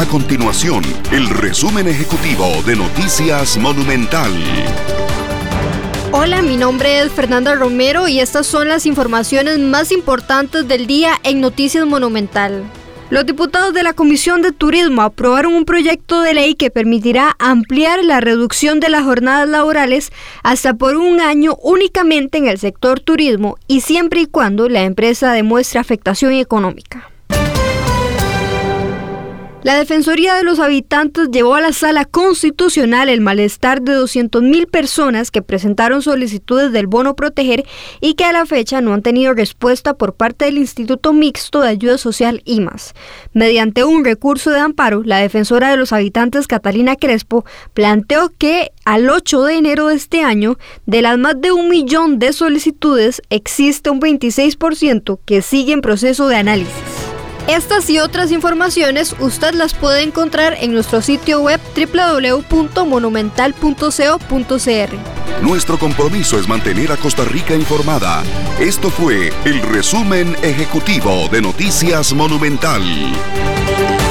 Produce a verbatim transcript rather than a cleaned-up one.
A continuación, el resumen ejecutivo de Noticias Monumental. Hola, mi nombre es Fernanda Romero y estas son las informaciones más importantes del día en Noticias Monumental. Los diputados de la Comisión de Turismo aprobaron un proyecto de ley que permitirá ampliar la reducción de las jornadas laborales hasta por un año únicamente en el sector turismo y siempre y cuando la empresa demuestre afectación económica. La Defensoría de los Habitantes llevó a la Sala Constitucional el malestar de doscientas mil personas que presentaron solicitudes del Bono Proteger y que a la fecha no han tenido respuesta por parte del Instituto Mixto de Ayuda Social I M A S. Mediante un recurso de amparo, la Defensora de los Habitantes, Catalina Crespo, planteó que al ocho de enero de este año, de las más de un millón de solicitudes, existe un veintiséis por ciento que sigue en proceso de análisis. Estas y otras informaciones usted las puede encontrar en nuestro sitio web doble u doble u doble u punto monumental punto co punto c r. Nuestro compromiso es mantener a Costa Rica informada. Esto fue el resumen ejecutivo de Noticias Monumental.